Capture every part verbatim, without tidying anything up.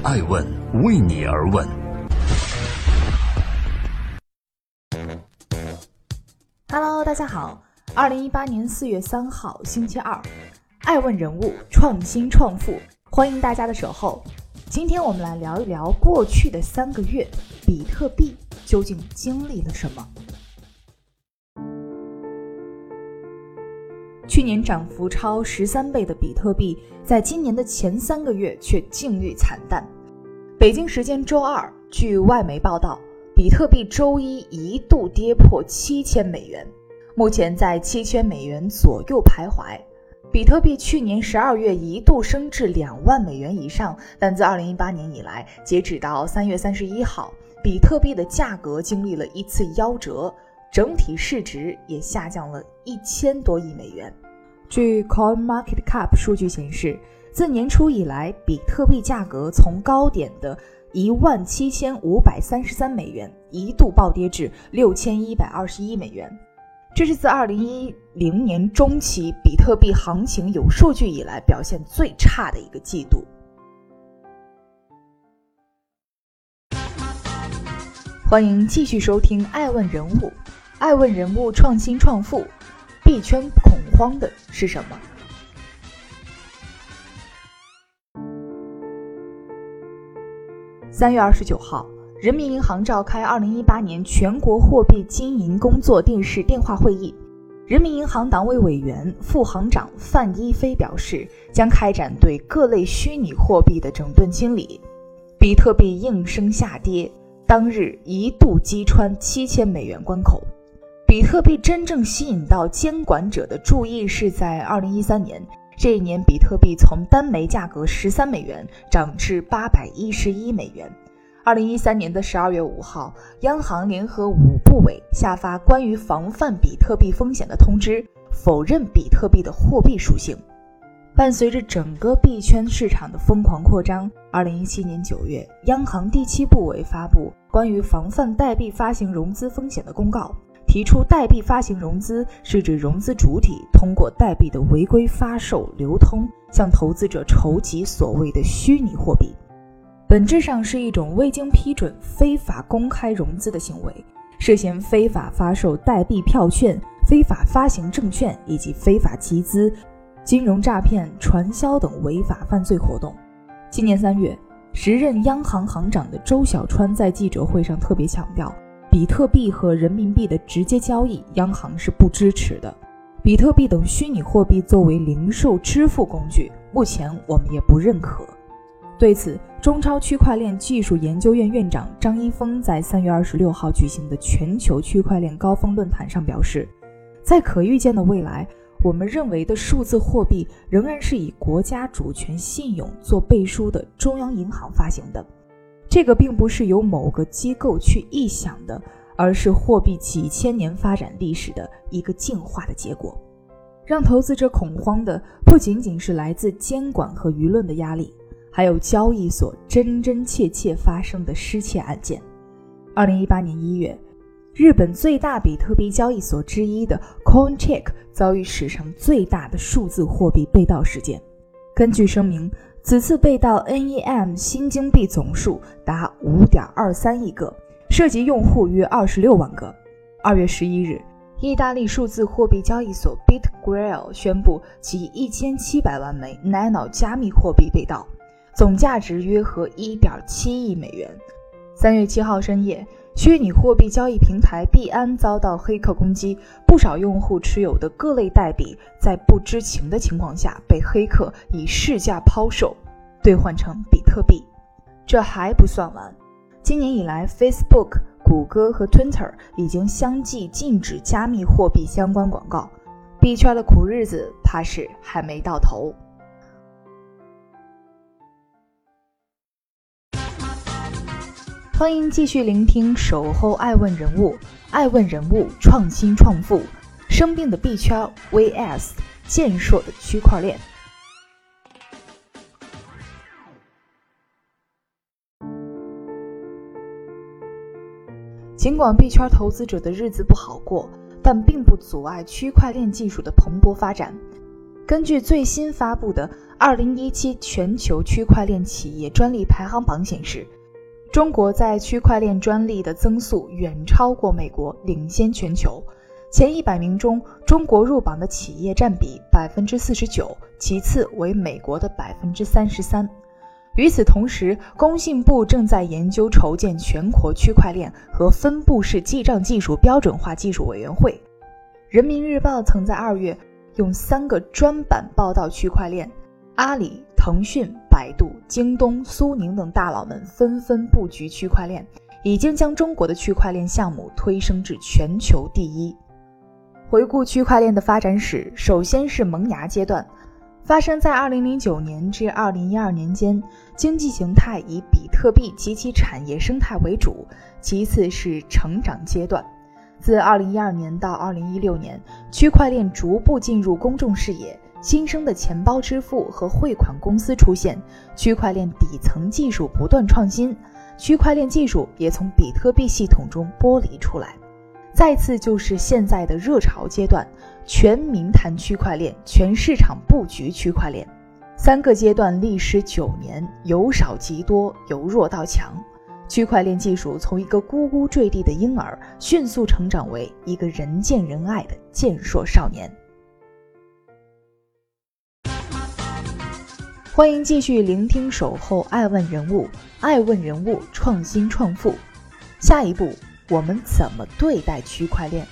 爱问为你而问。 Hello， 大家好，二零一八年四月三号，星期二，爱问人物创新创富，欢迎大家的守候。今天我们来聊一聊过去的三个月，比特币究竟经历了什么？去年涨幅超十三倍的比特币，在今年的前三个月却境遇惨淡。北京时间周二，据外媒报道，比特币周一一度跌破七千美元，目前在七千美元左右徘徊。比特币去年十二月一度升至两万美元以上，但自二零一八年以来，截止到三月三十一号，比特币的价格经历了一次夭折，整体市值也下降了一千多亿美元。据 CoinMarketCap 数据显示，自年初以来，比特币价格从高点的一万七千五百三十三美元一度暴跌至六千一百二十一美元，这是自二零一零年中期比特币行情有数据以来表现最差的一个季度。欢迎继续收听爱问人物，爱问人物创新创富。币圈恐慌的是什么？三月二十九号，人民银行召开二零一八年全国货币经营工作电视电话会议。人民银行党委委员、副行长范一飞表示，将开展对各类虚拟货币的整顿清理。比特币应声下跌，当日一度击穿七千美元关口。比特币真正吸引到监管者的注意是在二零一三年，这一年比特币从单枚价格十三美元涨至八百一十一美元。二零一三年的十二月五号，央行联合五部委下发关于防范比特币风险的通知，否认比特币的货币属性。伴随着整个币圈市场的疯狂扩张，二零一七年九月，央行第七部委发布关于防范代币发行融资风险的公告，提出代币发行融资是指融资主体通过代币的违规发售、流通，向投资者筹集所谓的虚拟货币，本质上是一种未经批准非法公开融资的行为，涉嫌非法发售代币票券、非法发行证券以及非法集资、金融诈骗、传销等违法犯罪活动。今年三月，时任央行行长的周小川在记者会上特别强调，比特币和人民币的直接交易，央行是不支持的。比特币等虚拟货币作为零售支付工具，目前我们也不认可。对此，中超区块链技术研究院院长张一峰在三月二十六号举行的全球区块链高峰论坛上表示，在可预见的未来，我们认为的数字货币仍然是以国家主权信用做背书的中央银行发行的。这个并不是由某个机构去臆想的，而是货币几千年发展历史的一个进化的结果。让投资者恐慌的不仅仅是来自监管和舆论的压力，还有交易所真真切切发生的失窃案件。二零一八年一月，日本最大比特币交易所之一的 Coincheck 遭遇史上最大的数字货币被盗事件。根据声明，此次被盗 N E M 新金币总数达 五点二三亿个，涉及用户约二十六万个。二月十一日，意大利数字货币交易所 BitGrail 宣布其一千七百万枚 Nano 加密货币被盗，总价值约合 一点七亿美元。三月七号深夜，虚拟货币交易平台币安遭到黑客攻击，不少用户持有的各类代币在不知情的情况下被黑客以市价抛售，兑换成比特币。这还不算完，今年以来 Facebook、谷歌和 Twitter 已经相继禁止加密货币相关广告，币圈的苦日子怕是还没到头。欢迎继续聆听守候爱问人物，爱问人物创新创富，生病的币圈 V S 健硕的区块链。尽管币圈投资者的日子不好过，但并不阻碍区块链技术的蓬勃发展。根据最新发布的二零一七全球区块链企业专利排行榜显示，中国在区块链专利的增速远超过美国，领先全球。前一百名中，中国入榜的企业占比 百分之四十九， 其次为美国的 百分之三十三。与此同时，工信部正在研究筹建全国区块链和分布式记账技术标准化技术委员会。人民日报曾在二月用三个专版报道区块链，阿里、腾讯、百度、京东、苏宁等大佬们纷纷布局区块链，已经将中国的区块链项目推升至全球第一。回顾区块链的发展史，首先是萌芽阶段，发生在二零零九年至二零一二年间，经济形态以比特币及其产业生态为主，其次是成长阶段。自二零一二年到二零一六年，区块链逐步进入公众视野，新生的钱包支付和汇款公司出现，区块链底层技术不断创新，区块链技术也从比特币系统中剥离出来。再次就是现在的热潮阶段，全民谈区块链，全市场布局区块链。三个阶段历时九年，由少及多，由弱到强。区块链技术从一个呱呱坠地的婴儿，迅速成长为一个人见人爱的健硕少年。欢迎继续聆听守候爱问人物，爱问人物创新创富。下一步，我们怎么对待区块链？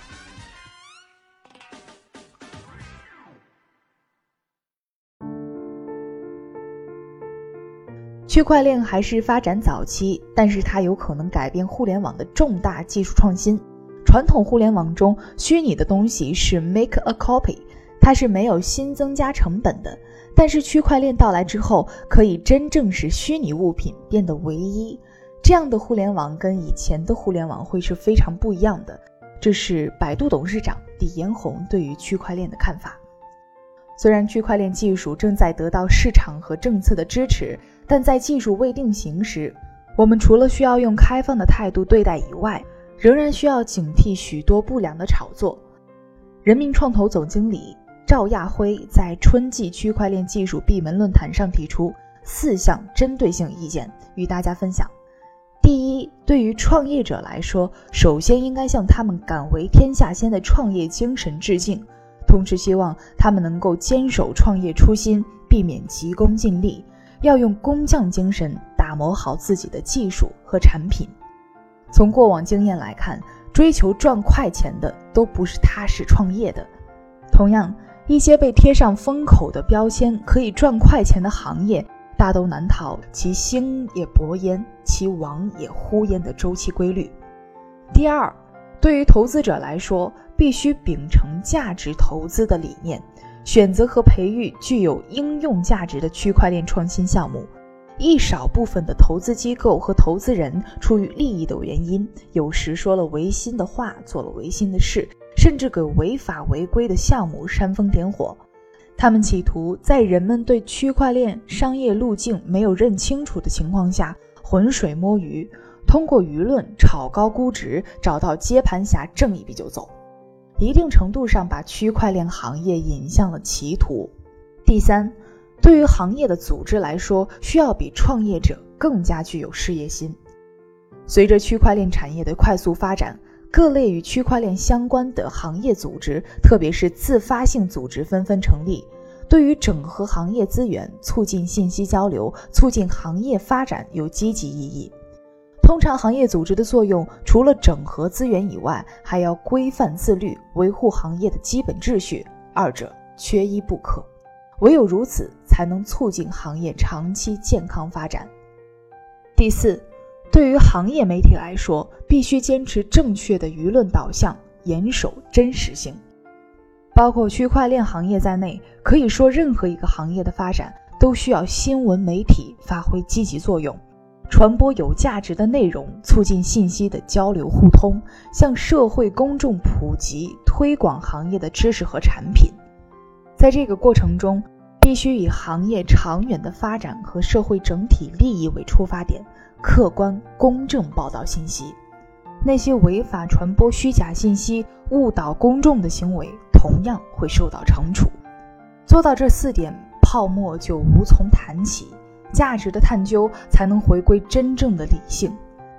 区块链还是发展早期，但是它有可能改变互联网的重大技术创新。传统互联网中，虚拟的东西是 make a copy， 它是没有新增加成本的。但是区块链到来之后，可以真正使虚拟物品变得唯一。这样的互联网跟以前的互联网会是非常不一样的。这是百度董事长李彦宏对于区块链的看法。虽然区块链技术正在得到市场和政策的支持，但在技术未定型时，我们除了需要用开放的态度对待以外，仍然需要警惕许多不良的炒作。人民创投总经理赵亚辉在春季区块链技术闭门论坛上提出四项针对性意见，与大家分享。第一，对于创业者来说，首先应该向他们敢为天下先的创业精神致敬，同时希望他们能够坚守创业初心，避免急功近利，要用工匠精神打磨好自己的技术和产品。从过往经验来看，追求赚快钱的都不是踏实创业的。同样，一些被贴上风口的标签可以赚快钱的行业，大都难逃其兴也勃焉，其亡也忽焉的周期规律。第二，对于投资者来说，必须秉承价值投资的理念，选择和培育具有应用价值的区块链创新项目。一少部分的投资机构和投资人出于利益的原因，有时说了违心的话，做了违心的事，甚至给违法违规的项目煽风点火。他们企图在人们对区块链商业路径没有认清楚的情况下浑水摸鱼，通过舆论炒高估值，找到接盘侠挣一笔就走，一定程度上把区块链行业引向了歧途。第三，对于行业的组织来说，需要比创业者更加具有事业心。随着区块链产业的快速发展，各类与区块链相关的行业组织，特别是自发性组织纷纷成立，对于整合行业资源、促进信息交流、促进行业发展有积极意义。通常行业组织的作用，除了整合资源以外，还要规范自律，维护行业的基本秩序，二者缺一不可。唯有如此，才能促进行业长期健康发展。第四，对于行业媒体来说，必须坚持正确的舆论导向，严守真实性。包括区块链行业在内，可以说任何一个行业的发展都需要新闻媒体发挥积极作用，传播有价值的内容，促进信息的交流互通，向社会公众普及推广行业的知识和产品。在这个过程中，必须以行业长远的发展和社会整体利益为出发点，客观公正报道信息。那些违法传播虚假信息、误导公众的行为，同样会受到惩处。做到这四点， 泡沫就无从谈起，价值的探究才能回归真正的理性。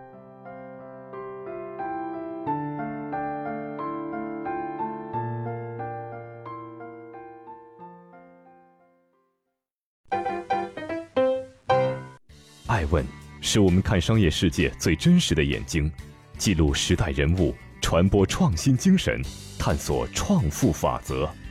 爱问是我们看商业世界最真实的眼睛，记录时代人物，传播创新精神，探索创富法则。